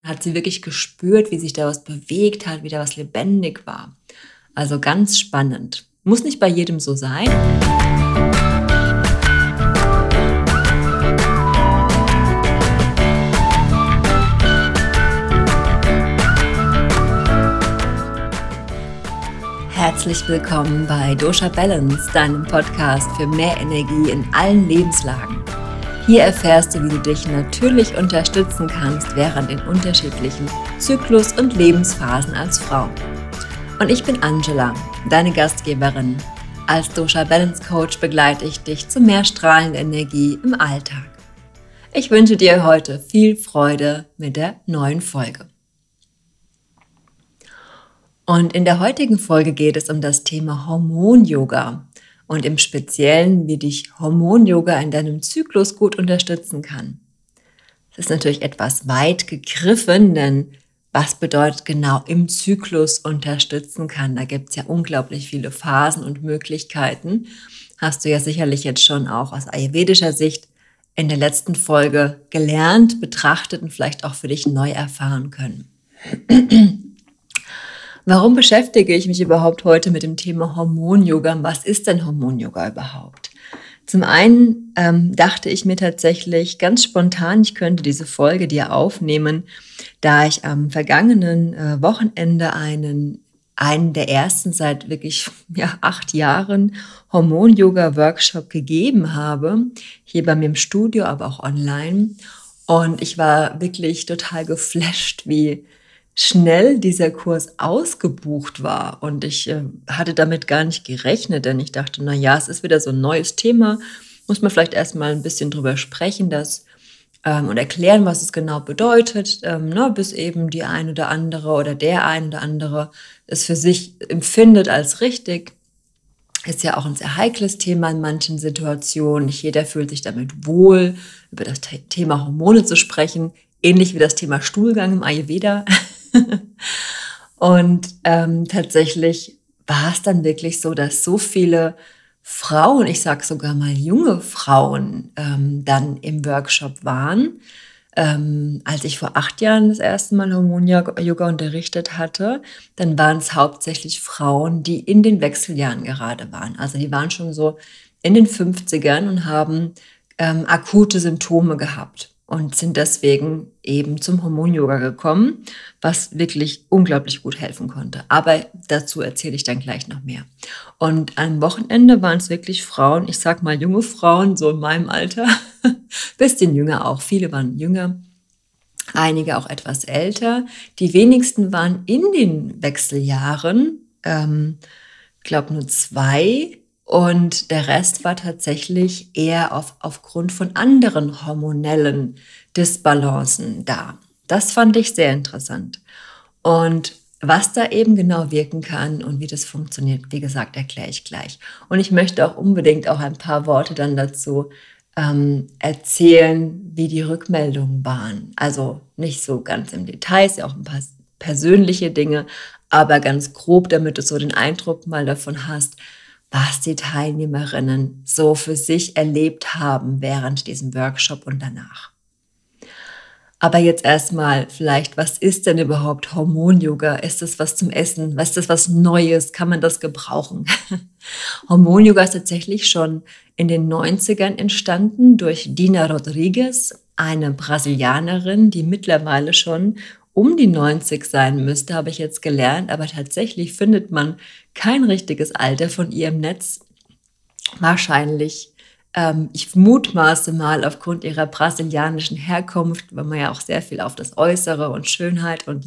hat sie wirklich gespürt, wie sich da was bewegt hat, wie da was lebendig war. Also ganz spannend. Muss nicht bei jedem so sein. Herzlich willkommen bei Dosha Balance, deinem Podcast für mehr Energie in allen Lebenslagen. Hier erfährst du, wie du dich natürlich unterstützen kannst während den unterschiedlichen Zyklus- und Lebensphasen als Frau. Und ich bin Angela, deine Gastgeberin. Als Dosha Balance Coach begleite ich dich zu mehr strahlender Energie im Alltag. Ich wünsche dir heute viel Freude mit der neuen Folge. Und in der heutigen Folge geht es um das Thema Hormon-Yoga und im Speziellen, wie dich Hormon-Yoga in deinem Zyklus gut unterstützen kann. Es ist natürlich etwas weit gegriffen, denn was bedeutet genau im Zyklus unterstützen kann? Da gibt es ja unglaublich viele Phasen und Möglichkeiten. Hast du ja sicherlich jetzt schon auch aus ayurvedischer Sicht in der letzten Folge gelernt, betrachtet und vielleicht auch für dich neu erfahren können. Warum beschäftige ich mich überhaupt heute mit dem Thema Hormon-Yoga? Was ist denn Hormon-Yoga überhaupt? Zum einen dachte ich mir tatsächlich ganz spontan, ich könnte diese Folge dir aufnehmen, da ich am vergangenen Wochenende einen der ersten seit wirklich 8 Jahren Hormon-Yoga-Workshop gegeben habe, hier bei mir im Studio, aber auch online. Und ich war wirklich total geflasht, wie schnell dieser Kurs ausgebucht war. Und ich hatte damit gar nicht gerechnet, denn ich dachte, es ist wieder so ein neues Thema, muss man vielleicht erstmal ein bisschen drüber sprechen und erklären, was es genau bedeutet, bis eben die ein oder andere oder der ein oder andere es für sich empfindet als richtig. Ist ja auch ein sehr heikles Thema in manchen Situationen. Nicht jeder fühlt sich damit wohl, über das Thema Hormone zu sprechen, ähnlich wie das Thema Stuhlgang im Ayurveda. Und tatsächlich war es dann wirklich so, dass so viele Frauen, ich sage sogar mal junge Frauen, dann im Workshop waren. Als ich vor 8 Jahren das erste Mal Hormon-Yoga unterrichtet hatte, dann waren es hauptsächlich Frauen, die in den Wechseljahren gerade waren. Also die waren schon so in den 50ern und haben akute Symptome gehabt und sind deswegen eben zum Hormon-Yoga gekommen, was wirklich unglaublich gut helfen konnte. Aber dazu erzähle ich dann gleich noch mehr. Und am Wochenende waren es wirklich Frauen, ich sag mal junge Frauen, so in meinem Alter, bisschen jünger auch, viele waren jünger, einige auch etwas älter. Die wenigsten waren in den Wechseljahren, ich glaube nur 2. Und der Rest war tatsächlich eher aufgrund von anderen hormonellen Disbalancen da. Das fand ich sehr interessant. Und was da eben genau wirken kann und wie das funktioniert, wie gesagt, erkläre ich gleich. Und ich möchte auch unbedingt auch ein paar Worte dann dazu erzählen, wie die Rückmeldungen waren. Also nicht so ganz im Detail, ist ja auch ein paar persönliche Dinge, aber ganz grob, damit du so den Eindruck mal davon hast, was die Teilnehmerinnen so für sich erlebt haben während diesem Workshop und danach. Aber jetzt erstmal vielleicht, was ist denn überhaupt Hormon-Yoga? Ist das was zum Essen? Was ist das was Neues? Kann man das gebrauchen? Hormon-Yoga ist tatsächlich schon in den 90ern entstanden durch Dina Rodrigues, eine Brasilianerin, die mittlerweile schon um die 90 sein müsste, habe ich jetzt gelernt. Aber tatsächlich findet man kein richtiges Alter von ihr im Netz. Wahrscheinlich, ich mutmaße mal aufgrund ihrer brasilianischen Herkunft, weil man ja auch sehr viel auf das Äußere und Schönheit und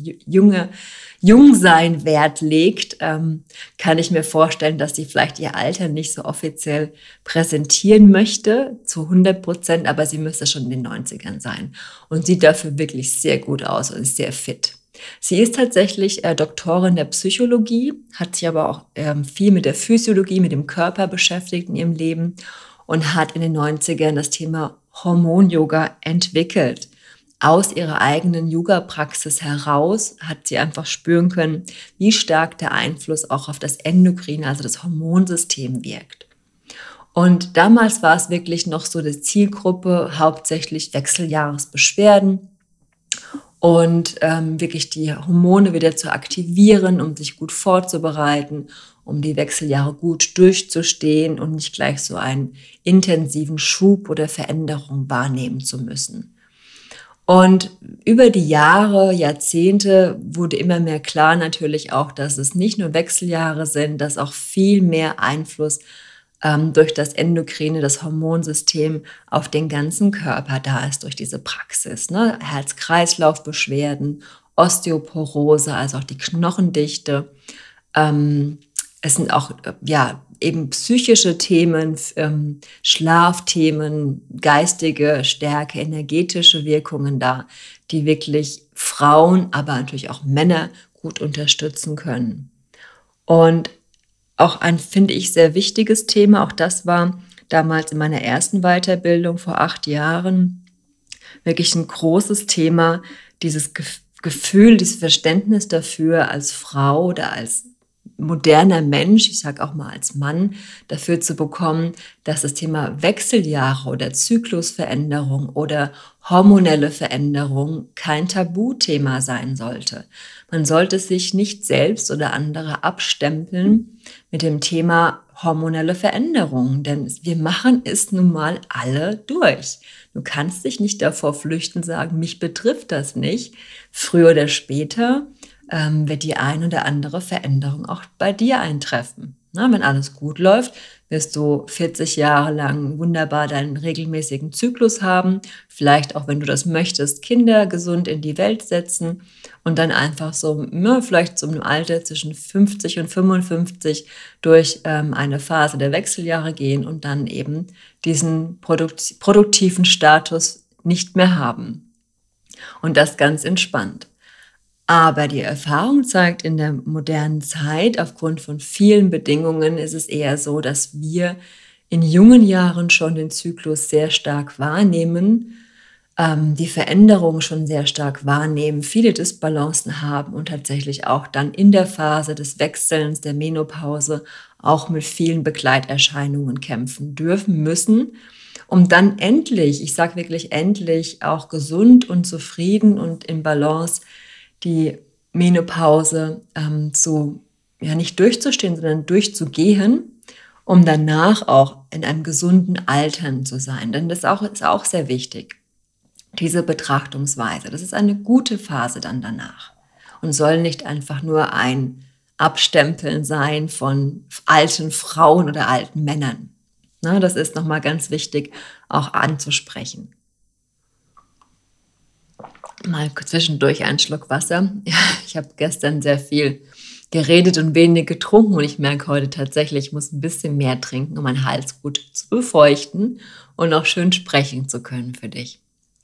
Jungsein Wert legt, kann ich mir vorstellen, dass sie vielleicht ihr Alter nicht so offiziell präsentieren möchte, zu 100%, aber sie müsste schon in den 90ern sein und sieht dafür wirklich sehr gut aus und ist sehr fit. Sie ist tatsächlich Doktorin der Psychologie, hat sich aber auch viel mit der Physiologie, mit dem Körper beschäftigt in ihrem Leben und hat in den 90ern das Thema Hormon-Yoga entwickelt. Aus ihrer eigenen Yoga-Praxis heraus hat sie einfach spüren können, wie stark der Einfluss auch auf das Endokrine, also das Hormonsystem wirkt. Und damals war es wirklich noch so die Zielgruppe, hauptsächlich Wechseljahresbeschwerden. und wirklich die Hormone wieder zu aktivieren, um sich gut vorzubereiten, um die Wechseljahre gut durchzustehen und nicht gleich so einen intensiven Schub oder Veränderung wahrnehmen zu müssen. Und über die Jahre, Jahrzehnte wurde immer mehr klar natürlich auch, dass es nicht nur Wechseljahre sind, dass auch viel mehr Einfluss durch das Endokrine, das Hormonsystem auf den ganzen Körper da ist durch diese Praxis. Ne? Herz-Kreislauf-Beschwerden, Osteoporose, also auch die Knochendichte. Es sind auch eben psychische Themen, Schlafthemen, geistige Stärke, energetische Wirkungen da, die wirklich Frauen, aber natürlich auch Männer gut unterstützen können. Und auch ein, finde ich, sehr wichtiges Thema, auch das war damals in meiner ersten Weiterbildung vor 8 Jahren wirklich ein großes Thema, dieses Gefühl, dieses Verständnis dafür als Frau oder als moderner Mensch, ich sage auch mal als Mann, dafür zu bekommen, dass das Thema Wechseljahre oder Zyklusveränderung oder hormonelle Veränderung kein Tabuthema sein sollte. Man sollte sich nicht selbst oder andere abstempeln mit dem Thema hormonelle Veränderung, denn wir machen es nun mal alle durch. Du kannst dich nicht davor flüchten und sagen, mich betrifft das nicht. Früher oder später wird die ein oder andere Veränderung auch bei dir eintreffen. Na, wenn alles gut läuft, wirst du 40 Jahre lang wunderbar deinen regelmäßigen Zyklus haben, vielleicht auch, wenn du das möchtest, Kinder gesund in die Welt setzen und dann einfach so, vielleicht so im Alter zwischen 50 und 55 durch eine Phase der Wechseljahre gehen und dann eben diesen produktiven Status nicht mehr haben. Und das ganz entspannt. Aber die Erfahrung zeigt, in der modernen Zeit, aufgrund von vielen Bedingungen, ist es eher so, dass wir in jungen Jahren schon den Zyklus sehr stark wahrnehmen, die Veränderungen schon sehr stark wahrnehmen, viele Disbalancen haben und tatsächlich auch dann in der Phase des Wechselns, der Menopause, auch mit vielen Begleiterscheinungen kämpfen dürfen müssen, um dann endlich, ich sage wirklich endlich, auch gesund und zufrieden und in Balance die Menopause nicht durchzustehen, sondern durchzugehen, um danach auch in einem gesunden Altern zu sein. Denn das ist auch sehr wichtig, diese Betrachtungsweise. Das ist eine gute Phase dann danach und soll nicht einfach nur ein Abstempeln sein von alten Frauen oder alten Männern. Na, das ist nochmal ganz wichtig, auch anzusprechen. Mal zwischendurch einen Schluck Wasser. Ja, ich habe gestern sehr viel geredet und wenig getrunken und ich merke heute tatsächlich, ich muss ein bisschen mehr trinken, um meinen Hals gut zu befeuchten und auch schön sprechen zu können für dich.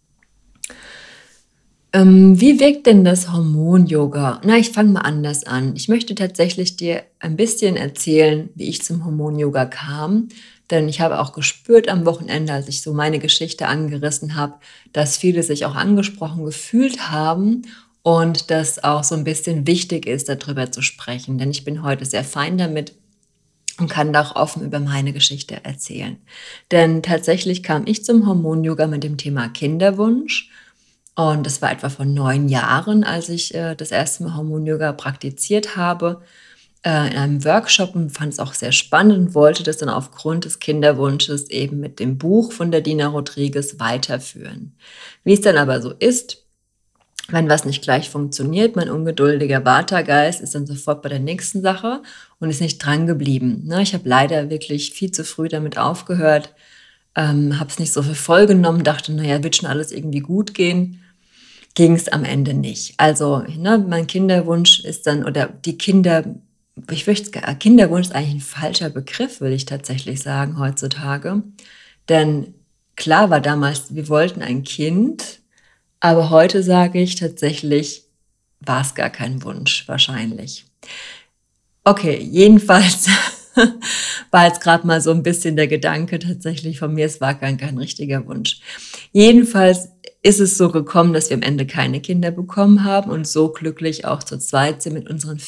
Wie wirkt denn das Hormon-Yoga? Na, ich fange mal anders an. Ich möchte tatsächlich dir ein bisschen erzählen, wie ich zum Hormon-Yoga kam. Denn ich habe auch gespürt am Wochenende, als ich so meine Geschichte angerissen habe, dass viele sich auch angesprochen gefühlt haben und dass auch so ein bisschen wichtig ist, darüber zu sprechen. Denn ich bin heute sehr fein damit und kann da auch offen über meine Geschichte erzählen. Denn tatsächlich kam ich zum Hormon-Yoga mit dem Thema Kinderwunsch. Und das war etwa vor 9 Jahren, als ich das erste Mal Hormon-Yoga praktiziert habe, in einem Workshop und fand es auch sehr spannend und wollte das dann aufgrund des Kinderwunsches eben mit dem Buch von der Dina Rodriguez weiterführen. Wie es dann aber so ist, wenn was nicht gleich funktioniert, mein ungeduldiger Vata-Geist ist dann sofort bei der nächsten Sache und ist nicht dran geblieben. Ne? Ich habe leider wirklich viel zu früh damit aufgehört, habe es nicht so für voll genommen, dachte, naja, wird schon alles irgendwie gut gehen. Ging es am Ende nicht. Also, ne, mein Kinderwunsch ist dann, oder die Kinderwunsch ist eigentlich ein falscher Begriff, würde ich tatsächlich sagen, heutzutage. Denn klar war damals, wir wollten ein Kind, aber heute sage ich tatsächlich, war es gar kein Wunsch, wahrscheinlich. Okay, jedenfalls war jetzt gerade mal so ein bisschen der Gedanke tatsächlich von mir, es war gar kein richtiger Wunsch. Jedenfalls ist es so gekommen, dass wir am Ende keine Kinder bekommen haben und so glücklich auch zu zweit sind mit unseren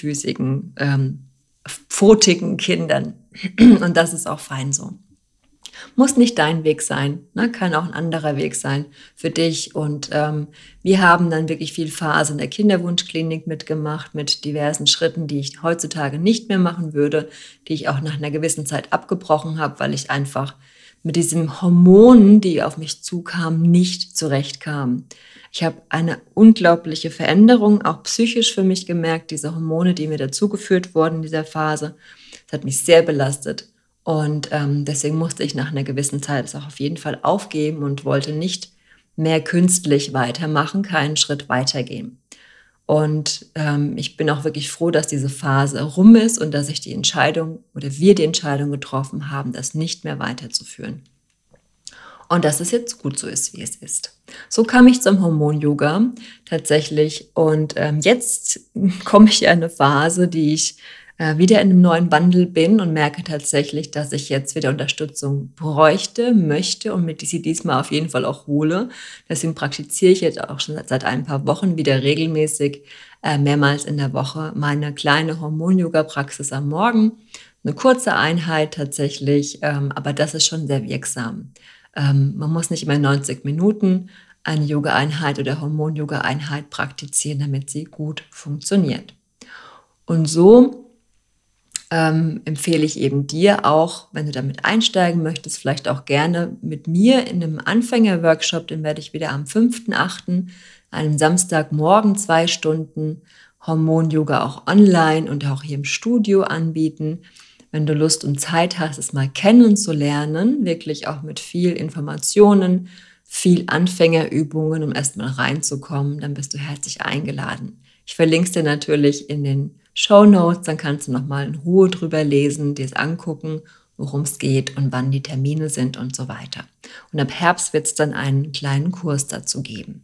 vierfüßigen, pfotigen Kindern. Und das ist auch fein so. Muss nicht dein Weg sein, ne? Kann auch ein anderer Weg sein für dich. Und wir haben dann wirklich viel Phase in der Kinderwunschklinik mitgemacht, mit diversen Schritten, die ich heutzutage nicht mehr machen würde, die ich auch nach einer gewissen Zeit abgebrochen habe, weil ich einfach mit diesen Hormonen, die auf mich zukamen, nicht zurechtkam. Ich habe eine unglaubliche Veränderung, auch psychisch für mich gemerkt, diese Hormone, die mir dazugeführt wurden in dieser Phase. Das hat mich sehr belastet. Und deswegen musste ich nach einer gewissen Zeit es auch auf jeden Fall aufgeben und wollte nicht mehr künstlich weitermachen, keinen Schritt weitergehen. Und ich bin auch wirklich froh, dass diese Phase rum ist und dass ich die Entscheidung oder wir die Entscheidung getroffen haben, das nicht mehr weiterzuführen. Und dass es jetzt gut so ist, wie es ist. So kam ich zum Hormon-Yoga tatsächlich. Und jetzt komme ich in eine Phase, die ich wieder in einem neuen Wandel bin und merke tatsächlich, dass ich jetzt wieder Unterstützung bräuchte, möchte und mir sie diesmal auf jeden Fall auch hole. Deswegen praktiziere ich jetzt auch schon seit ein paar Wochen wieder regelmäßig mehrmals in der Woche meine kleine Hormon-Yoga-Praxis am Morgen. Eine kurze Einheit tatsächlich, aber das ist schon sehr wirksam. Man muss nicht immer 90 Minuten eine Yoga-Einheit oder Hormon-Yoga-Einheit praktizieren, damit sie gut funktioniert. Und so empfehle ich eben dir auch, wenn du damit einsteigen möchtest, vielleicht auch gerne mit mir in einem Anfänger-Workshop, den werde ich wieder am 5.8., einem Samstagmorgen 2 Stunden Hormon-Yoga auch online und auch hier im Studio anbieten. Wenn du Lust und Zeit hast, es mal kennenzulernen, wirklich auch mit viel Informationen, viel Anfängerübungen, um erstmal reinzukommen, dann bist du herzlich eingeladen. Ich verlinke es dir natürlich in den Shownotes, dann kannst du nochmal in Ruhe drüber lesen, dir es angucken, worum es geht und wann die Termine sind und so weiter. Und ab Herbst wird es dann einen kleinen Kurs dazu geben.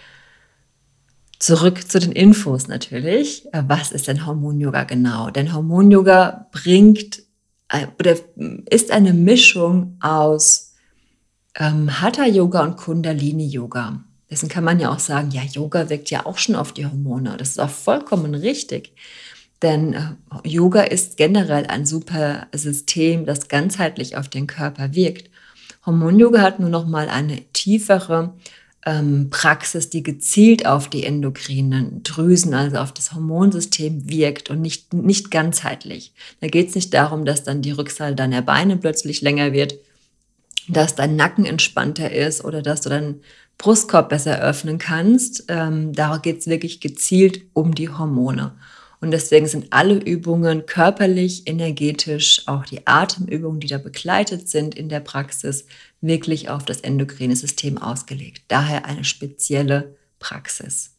Zurück zu den Infos natürlich. Was ist denn Hormon-Yoga genau? Denn Hormon-Yoga bringt oder ist eine Mischung aus Hatha-Yoga und Kundalini-Yoga. Deswegen kann man ja auch sagen, ja, Yoga wirkt ja auch schon auf die Hormone. Das ist auch vollkommen richtig. Denn Yoga ist generell ein super System, das ganzheitlich auf den Körper wirkt. Hormon-Yoga hat nur noch mal eine tiefere Praxis, die gezielt auf die endokrinen Drüsen, also auf das Hormonsystem wirkt und nicht ganzheitlich. Da geht es nicht darum, dass dann die Rückseite deiner Beine plötzlich länger wird, dass dein Nacken entspannter ist oder dass du deinen Brustkorb besser öffnen kannst. Da geht es wirklich gezielt um die Hormone. Und deswegen sind alle Übungen körperlich, energetisch, auch die Atemübungen, die da begleitet sind in der Praxis, wirklich auf das endokrine System ausgelegt. Daher eine spezielle Praxis.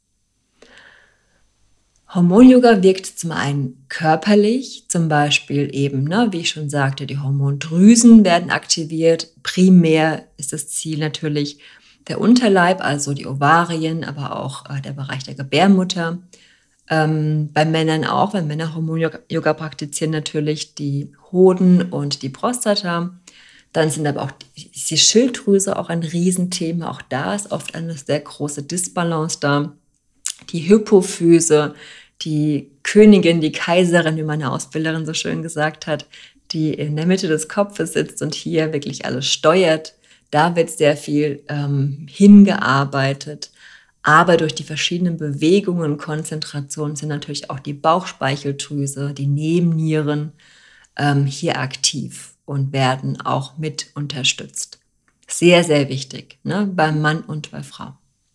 Hormon-Yoga wirkt zum einen körperlich, zum Beispiel eben, wie ich schon sagte, die Hormondrüsen werden aktiviert. Primär ist das Ziel natürlich der Unterleib, also die Ovarien, aber auch der Bereich der Gebärmutter. Bei Männern auch, weil Männer Hormon-Yoga praktizieren, natürlich die Hoden und die Prostata. Dann sind aber auch die Schilddrüse auch ein Riesenthema. Auch da ist oft eine sehr große Disbalance da. Die Hypophyse, die Königin, die Kaiserin, wie meine Ausbilderin so schön gesagt hat, die in der Mitte des Kopfes sitzt und hier wirklich alles steuert. Da wird sehr viel hingearbeitet. Aber durch die verschiedenen Bewegungen und Konzentrationen sind natürlich auch die Bauchspeicheldrüse, die Nebennieren hier aktiv und werden auch mit unterstützt. Sehr, sehr wichtig, beim Mann und bei Frau.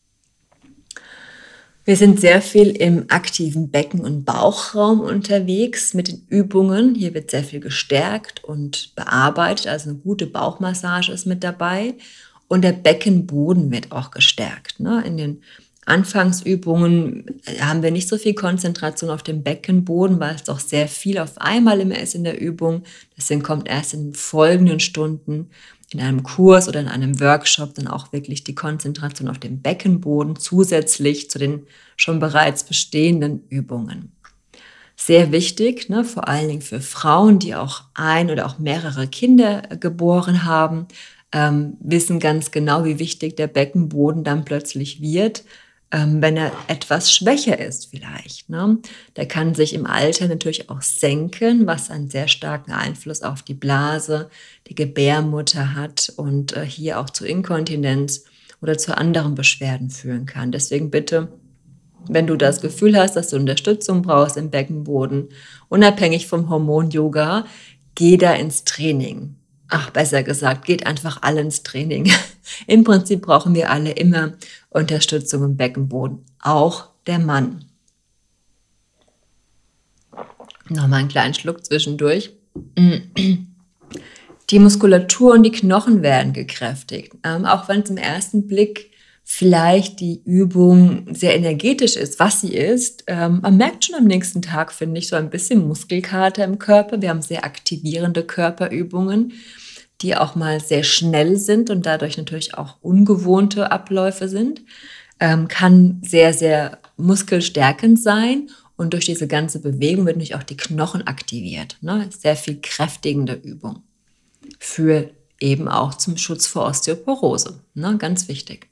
Wir sind sehr viel im aktiven Becken- und Bauchraum unterwegs mit den Übungen. Hier wird sehr viel gestärkt und bearbeitet, also eine gute Bauchmassage ist mit dabei. Und der Beckenboden wird auch gestärkt. In den Anfangsübungen haben wir nicht so viel Konzentration auf dem Beckenboden, weil es doch sehr viel auf einmal immer ist in der Übung. Deswegen kommt erst in den folgenden Stunden in einem Kurs oder in einem Workshop dann auch wirklich die Konzentration auf dem Beckenboden zusätzlich zu den schon bereits bestehenden Übungen. Sehr wichtig, vor allen Dingen für Frauen, die auch ein oder auch mehrere Kinder geboren haben, wissen ganz genau, wie wichtig der Beckenboden dann plötzlich wird. wenn er etwas schwächer ist vielleicht. Ne? Der kann sich im Alter natürlich auch senken, was einen sehr starken Einfluss auf die Blase, die Gebärmutter hat und hier auch zu Inkontinenz oder zu anderen Beschwerden führen kann. Deswegen bitte, wenn du das Gefühl hast, dass du Unterstützung brauchst im Beckenboden, unabhängig vom Hormon-Yoga, geh da ins Training. Ach, besser gesagt, geht einfach alle ins Training. Im Prinzip brauchen wir alle immer Unterstützung im Beckenboden, auch der Mann. Nochmal einen kleinen Schluck zwischendurch. Die Muskulatur und die Knochen werden gekräftigt, auch wenn es im ersten Blick vielleicht die Übung sehr energetisch ist, was sie ist. Man merkt schon am nächsten Tag, finde ich, so ein bisschen Muskelkater im Körper. Wir haben sehr aktivierende Körperübungen, die auch mal sehr schnell sind und dadurch natürlich auch ungewohnte Abläufe sind. Kann sehr, sehr muskelstärkend sein und durch diese ganze Bewegung wird natürlich auch die Knochen aktiviert. Ne? Sehr viel kräftigende Übung für eben auch zum Schutz vor Osteoporose. Ne? Ganz wichtig.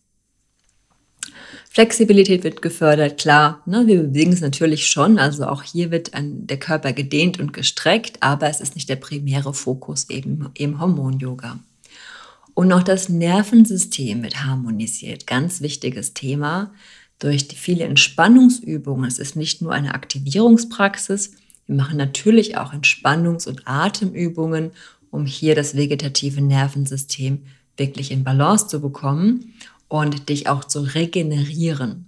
Flexibilität wird gefördert, klar. Ne? Wir bewegen es natürlich schon, also auch hier wird der Körper gedehnt und gestreckt, aber es ist nicht der primäre Fokus eben im Hormon-Yoga. Und auch das Nervensystem wird harmonisiert, ganz wichtiges Thema. Durch die vielen Entspannungsübungen, es ist nicht nur eine Aktivierungspraxis, wir machen natürlich auch Entspannungs- und Atemübungen, um hier das vegetative Nervensystem wirklich in Balance zu bekommen und dich auch zu regenerieren.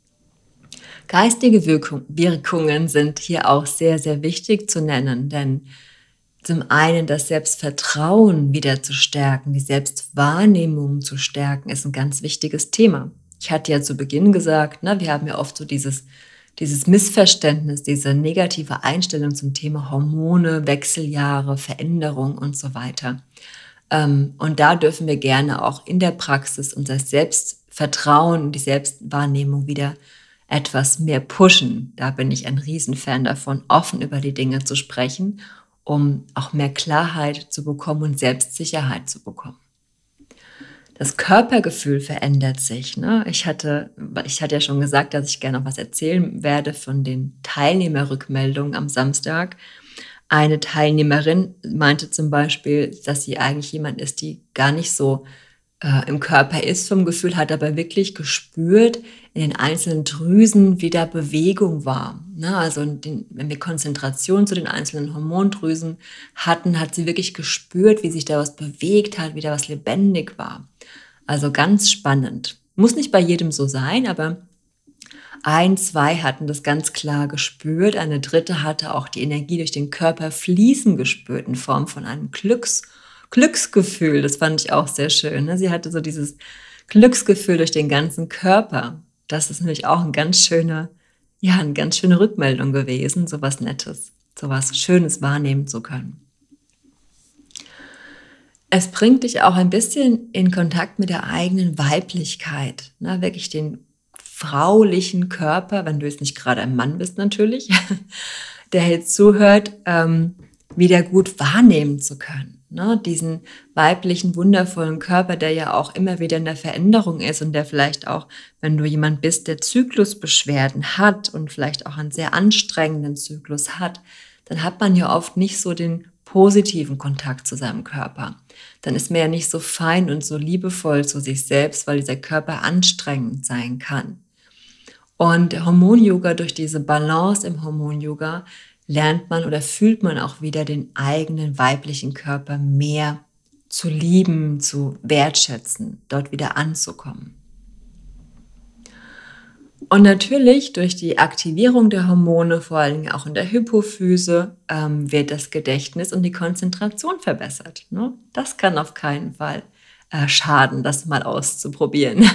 Geistige Wirkungen sind hier auch sehr, sehr wichtig zu nennen, denn zum einen das Selbstvertrauen wieder zu stärken, die Selbstwahrnehmung zu stärken, ist ein ganz wichtiges Thema. Ich hatte ja zu Beginn gesagt, wir haben ja oft so dieses Missverständnis, diese negative Einstellung zum Thema Hormone, Wechseljahre, Veränderung und so weiter. Und da dürfen wir gerne auch in der Praxis unser Selbstvertrauen und die Selbstwahrnehmung wieder etwas mehr pushen. Da bin ich ein Riesenfan davon, offen über die Dinge zu sprechen, um auch mehr Klarheit zu bekommen und Selbstsicherheit zu bekommen. Das Körpergefühl verändert sich. Ne? Ich hatte ja schon gesagt, dass ich gerne noch was erzählen werde von den Teilnehmerrückmeldungen am Samstag. Eine Teilnehmerin meinte zum Beispiel, dass sie eigentlich jemand ist, die gar nicht so im Körper ist vom Gefühl, hat aber wirklich gespürt in den einzelnen Drüsen, wie da Bewegung war. Ne? Also wenn wir Konzentration zu den einzelnen Hormondrüsen hatten, hat sie wirklich gespürt, wie sich da was bewegt hat, wie da was lebendig war. Also ganz spannend. Muss nicht bei jedem so sein, aber 1, 2 hatten das ganz klar gespürt. Eine dritte hatte auch die Energie durch den Körper fließen gespürt in Form von einem Glücksgefühl. Das fand ich auch sehr schön. Ne? Sie hatte so dieses Glücksgefühl durch den ganzen Körper. Das ist nämlich auch eine ganz schöne Rückmeldung gewesen. So was Nettes, so was Schönes wahrnehmen zu können. Es bringt dich auch ein bisschen in Kontakt mit der eigenen Weiblichkeit. Ne? Wirklich den fraulichen Körper, wenn du jetzt nicht gerade ein Mann bist natürlich, der jetzt zuhört, wieder gut wahrnehmen zu können. Ne? Diesen weiblichen, wundervollen Körper, der ja auch immer wieder in der Veränderung ist und der vielleicht auch, wenn du jemand bist, der Zyklusbeschwerden hat und vielleicht auch einen sehr anstrengenden Zyklus hat, dann hat man ja oft nicht so den positiven Kontakt zu seinem Körper. Dann ist man ja nicht so fein und so liebevoll zu sich selbst, weil dieser Körper anstrengend sein kann. Und Hormon-Yoga, durch diese Balance im Hormon-Yoga, lernt man oder fühlt man auch wieder den eigenen weiblichen Körper mehr zu lieben, zu wertschätzen, dort wieder anzukommen. Und natürlich durch die Aktivierung der Hormone, vor allem auch in der Hypophyse, wird das Gedächtnis und die Konzentration verbessert. Ne? Das kann auf keinen Fall schaden, das mal auszuprobieren.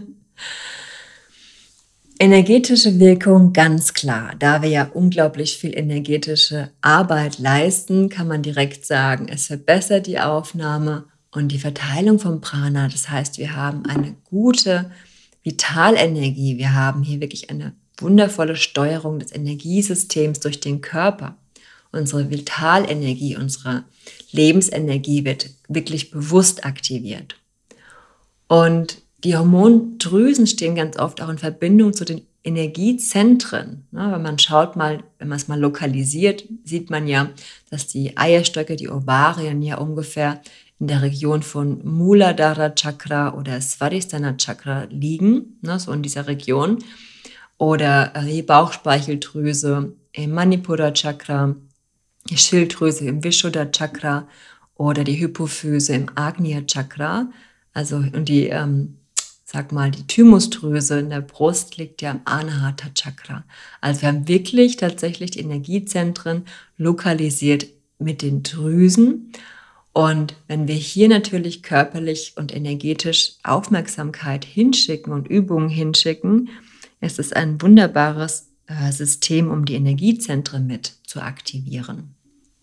Energetische Wirkung, ganz klar. Da wir ja unglaublich viel energetische Arbeit leisten, kann man direkt sagen, es verbessert die Aufnahme und die Verteilung von Prana. Das heißt, wir haben eine gute Vitalenergie. Wir haben hier wirklich eine wundervolle Steuerung des Energiesystems durch den Körper. Unsere Vitalenergie, unsere Lebensenergie wird wirklich bewusst aktiviert. Und Die Hormondrüsen stehen ganz oft auch in Verbindung zu den Energiezentren. Ne? Wenn man schaut mal, wenn man es mal lokalisiert, sieht man ja, dass die Eierstöcke, die Ovarien ja ungefähr in der Region von Muladhara Chakra oder Svadhisthana Chakra liegen, ne? So in dieser Region. Oder die Bauchspeicheldrüse im Manipura Chakra, die Schilddrüse im Vishuddha Chakra oder die Hypophyse im Agnya Chakra. Also und die die Thymusdrüse in der Brust liegt ja im Anahata Chakra. Also wir haben wirklich tatsächlich die Energiezentren lokalisiert mit den Drüsen. Und wenn wir hier natürlich körperlich und energetisch Aufmerksamkeit hinschicken und Übungen hinschicken, ist es ein wunderbares System, um die Energiezentren mit zu aktivieren.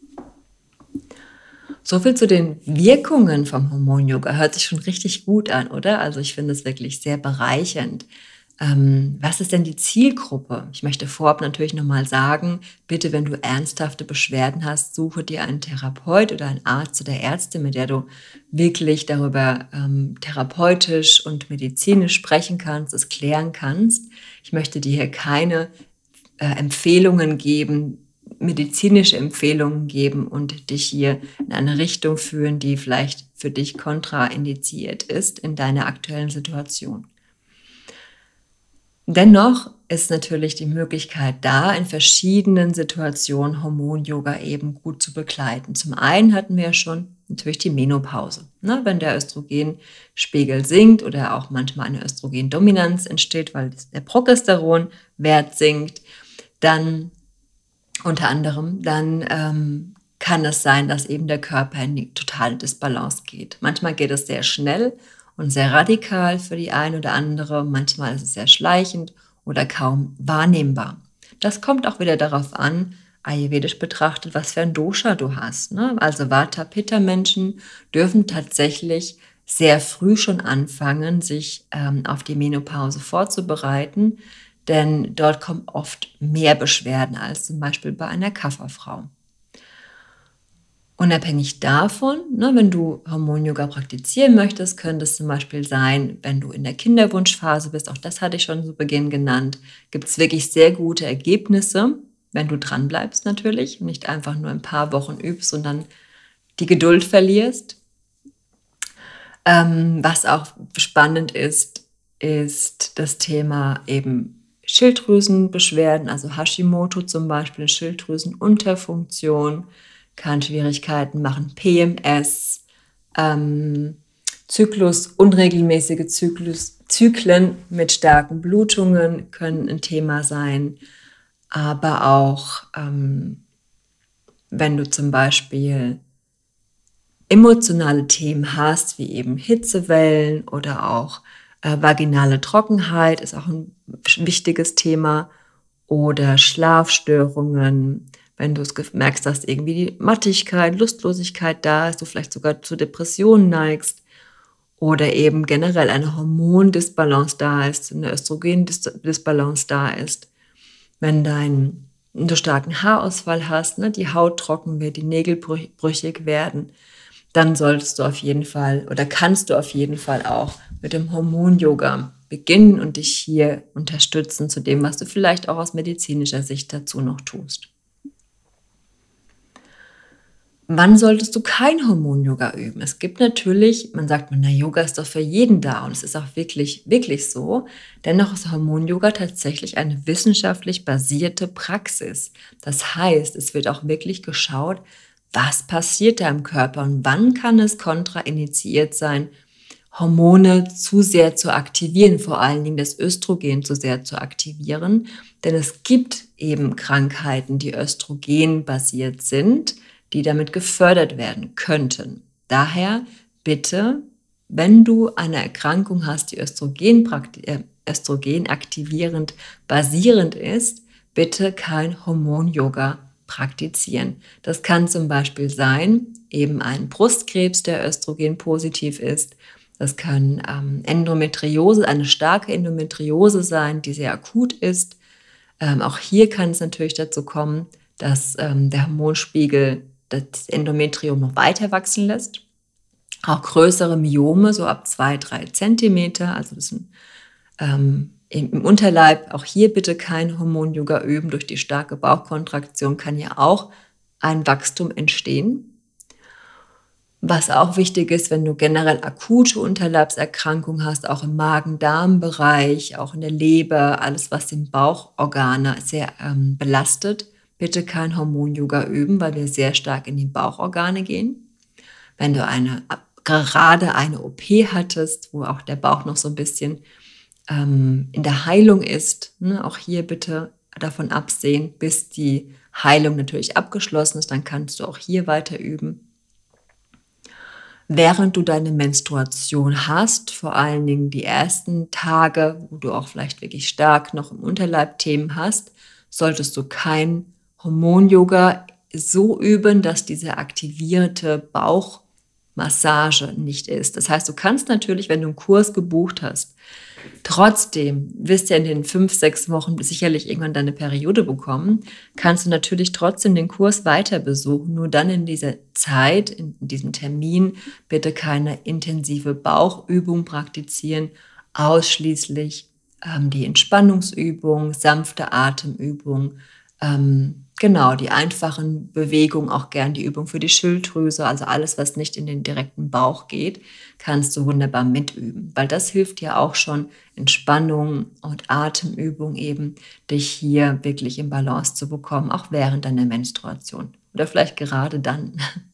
So viel zu den Wirkungen vom Hormon-Yoga. Hört sich schon richtig gut an, oder? Also ich finde es wirklich sehr bereichernd. Was ist denn die Zielgruppe? Ich möchte vorab natürlich nochmal sagen, bitte, wenn du ernsthafte Beschwerden hast, suche dir einen Therapeut oder einen Arzt oder Ärztin, mit der du wirklich darüber therapeutisch und medizinisch sprechen kannst, es klären kannst. Ich möchte dir hier keine Empfehlungen geben, medizinische Empfehlungen geben und dich hier in eine Richtung führen, die vielleicht für dich kontraindiziert ist in deiner aktuellen Situation. Dennoch ist natürlich die Möglichkeit da, in verschiedenen Situationen Hormon-Yoga eben gut zu begleiten. Zum einen hatten wir ja schon natürlich die Menopause. Ne? Wenn der Östrogenspiegel sinkt oder auch manchmal eine Östrogendominanz entsteht, weil der Progesteronwert sinkt, dann unter anderem, dann kann es sein, dass eben der Körper in die totale Disbalance geht. Manchmal geht es sehr schnell und sehr radikal für die eine oder andere. Manchmal ist es sehr schleichend oder kaum wahrnehmbar. Das kommt auch wieder darauf an, ayurvedisch betrachtet, was für ein Dosha du hast. Ne? Also Vata-Pitta-Menschen dürfen tatsächlich sehr früh schon anfangen, sich auf die Menopause vorzubereiten, denn dort kommen oft mehr Beschwerden als zum Beispiel bei einer Kapha-Frau. Unabhängig davon, ne, wenn du Hormon-Yoga praktizieren möchtest, könnte es zum Beispiel sein, wenn du in der Kinderwunschphase bist, auch das hatte ich schon zu Beginn genannt, gibt es wirklich sehr gute Ergebnisse, wenn du dranbleibst natürlich und nicht einfach nur ein paar Wochen übst und dann die Geduld verlierst. Was auch spannend ist, ist das Thema eben Schilddrüsenbeschwerden, also Hashimoto zum Beispiel, Schilddrüsenunterfunktion, kann Schwierigkeiten machen, PMS, unregelmäßige Zyklen mit starken Blutungen können ein Thema sein, aber auch wenn du zum Beispiel emotionale Themen hast, wie eben Hitzewellen oder auch vaginale Trockenheit ist auch ein wichtiges Thema oder Schlafstörungen, wenn du merkst, dass irgendwie die Mattigkeit, Lustlosigkeit da ist, du vielleicht sogar zu Depressionen neigst oder eben generell eine Hormondisbalance da ist, eine Östrogendisbalance da ist, wenn du starken Haarausfall hast, ne, die Haut trocken wird, die Nägel brüchig werden, dann solltest du auf jeden Fall oder kannst du auf jeden Fall auch mit dem Hormon-Yoga beginnen und dich hier unterstützen zu dem, was du vielleicht auch aus medizinischer Sicht dazu noch tust. Wann solltest du kein Hormon-Yoga üben? Es gibt natürlich, man sagt, na, Yoga ist doch für jeden da und es ist auch wirklich, wirklich so. Dennoch ist Hormon-Yoga tatsächlich eine wissenschaftlich basierte Praxis. Das heißt, es wird auch wirklich geschaut, was passiert da im Körper und wann kann es kontraindiziert sein, Hormone zu sehr zu aktivieren, vor allen Dingen das Östrogen zu sehr zu aktivieren. Denn es gibt eben Krankheiten, die östrogenbasiert sind, die damit gefördert werden könnten. Daher bitte, wenn du eine Erkrankung hast, die östrogenaktivierend basierend ist, bitte kein Hormon-Yoga praktizieren. Das kann zum Beispiel sein, eben ein Brustkrebs, der östrogenpositiv ist. Das kann Endometriose, eine starke Endometriose sein, die sehr akut ist. Auch hier kann es natürlich dazu kommen, dass der Hormonspiegel das Endometrium noch weiter wachsen lässt. Auch größere Myome, so ab 2-3 Zentimeter, also das sind im Unterleib. Auch hier bitte kein Hormon-Yoga üben. Durch die starke Bauchkontraktion kann ja auch ein Wachstum entstehen. Was auch wichtig ist, wenn du generell akute Unterleibserkrankungen hast, auch im Magen-Darm-Bereich, auch in der Leber, alles was den Bauchorgane sehr belastet, bitte kein Hormon-Yoga üben, weil wir sehr stark in die Bauchorgane gehen. Wenn du gerade eine OP hattest, wo auch der Bauch noch so ein bisschen in der Heilung ist, ne, auch hier bitte davon absehen, bis die Heilung natürlich abgeschlossen ist, dann kannst du auch hier weiter üben. Während du deine Menstruation hast, vor allen Dingen die ersten Tage, wo du auch vielleicht wirklich stark noch im Unterleib Themen hast, solltest du kein Hormon-Yoga so üben, dass diese aktivierte Bauchmassage nicht ist. Das heißt, du kannst natürlich, wenn du einen Kurs gebucht hast, trotzdem wirst du in den 5-6 Wochen sicherlich irgendwann deine Periode bekommen, kannst du natürlich trotzdem den Kurs weiter besuchen, nur dann in dieser Zeit, in diesem Termin, bitte keine intensive Bauchübung praktizieren, ausschließlich die Entspannungsübung, sanfte Atemübung, genau, die einfachen Bewegungen, auch gern die Übung für die Schilddrüse, also alles, was nicht in den direkten Bauch geht, kannst du wunderbar mitüben, weil das hilft dir auch schon, Entspannung und Atemübung eben, dich hier wirklich in Balance zu bekommen, auch während deiner Menstruation oder vielleicht gerade dann.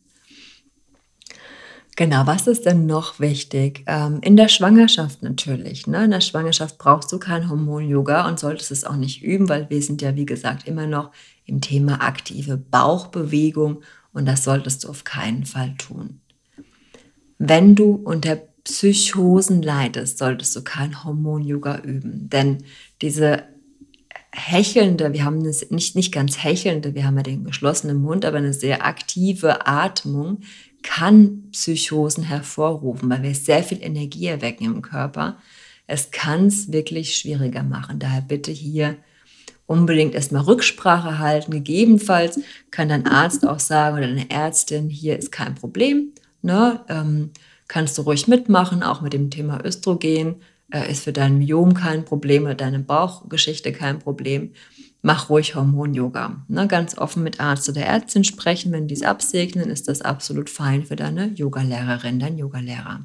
Genau, was ist denn noch wichtig? In der Schwangerschaft natürlich. Ne? In der Schwangerschaft brauchst du kein Hormon-Yoga und solltest es auch nicht üben, weil wir sind ja, wie gesagt, immer noch im Thema aktive Bauchbewegung und das solltest du auf keinen Fall tun. Wenn du unter Psychosen leidest, solltest du kein Hormon-Yoga üben, denn diese hechelnde, wir haben eine nicht ganz hechelnde, wir haben ja den geschlossenen Mund, aber eine sehr aktive Atmung kann Psychosen hervorrufen, weil wir sehr viel Energie erwecken im Körper. Es kann es wirklich schwieriger machen. Daher bitte hier unbedingt erstmal Rücksprache halten. Gegebenenfalls kann dein Arzt auch sagen oder deine Ärztin, hier ist kein Problem. Ne? Kannst du ruhig mitmachen, auch mit dem Thema Östrogen. Ist für dein Myom kein Problem oder deine Bauchgeschichte kein Problem. Mach ruhig Hormon-Yoga. Ne? Ganz offen mit Arzt oder Ärztin sprechen. Wenn die es absegnen, ist das absolut fein für deine Yogalehrerin, dein Yogalehrer.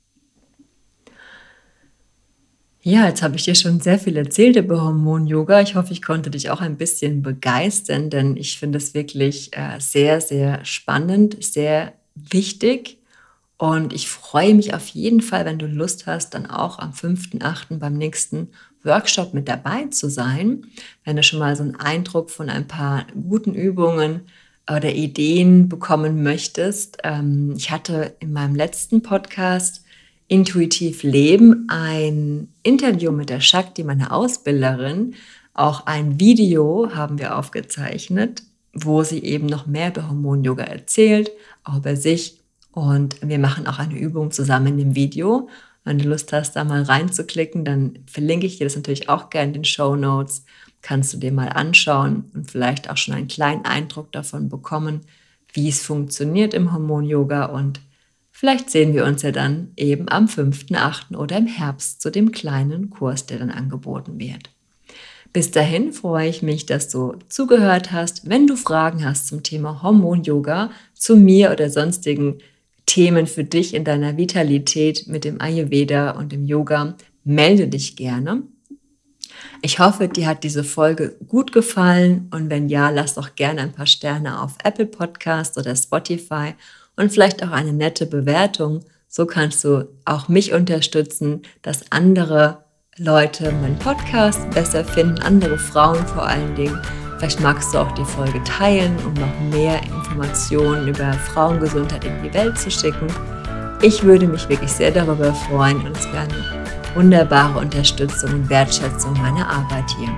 Ja, jetzt habe ich dir schon sehr viel erzählt über Hormon-Yoga. Ich hoffe, ich konnte dich auch ein bisschen begeistern, denn ich finde es wirklich sehr, sehr spannend, sehr wichtig. Und ich freue mich auf jeden Fall, wenn du Lust hast, dann auch am 5.8. beim nächsten Workshop mit dabei zu sein. Wenn du schon mal so einen Eindruck von ein paar guten Übungen oder Ideen bekommen möchtest. Ich hatte in meinem letzten Podcast Intuitiv Leben ein Interview mit der Shakti, meiner Ausbilderin. Auch ein Video haben wir aufgezeichnet, wo sie eben noch mehr über Hormon-Yoga erzählt, auch über sich. Und wir machen auch eine Übung zusammen in dem Video. Wenn du Lust hast, da mal reinzuklicken, dann verlinke ich dir das natürlich auch gerne in den Shownotes. Kannst du dir mal anschauen und vielleicht auch schon einen kleinen Eindruck davon bekommen, wie es funktioniert im Hormon-Yoga. Und vielleicht sehen wir uns ja dann eben am 5.8. oder im Herbst zu dem kleinen Kurs, der dann angeboten wird. Bis dahin freue ich mich, dass du zugehört hast. Wenn du Fragen hast zum Thema Hormon-Yoga, zu mir oder sonstigen Themen für dich in deiner Vitalität mit dem Ayurveda und dem Yoga, melde dich gerne. Ich hoffe, dir hat diese Folge gut gefallen und wenn ja, lass doch gerne ein paar Sterne auf Apple Podcasts oder Spotify und vielleicht auch eine nette Bewertung. So kannst du auch mich unterstützen, dass andere Leute meinen Podcast besser finden, andere Frauen vor allen Dingen. Vielleicht magst du auch die Folge teilen, um noch mehr Informationen über Frauengesundheit in die Welt zu schicken. Ich würde mich wirklich sehr darüber freuen und es wäre eine wunderbare Unterstützung und Wertschätzung meiner Arbeit hier.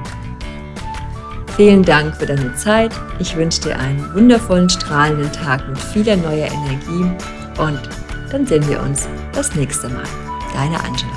Vielen Dank für deine Zeit. Ich wünsche dir einen wundervollen, strahlenden Tag mit vieler neuer Energie und dann sehen wir uns das nächste Mal. Deine Angela.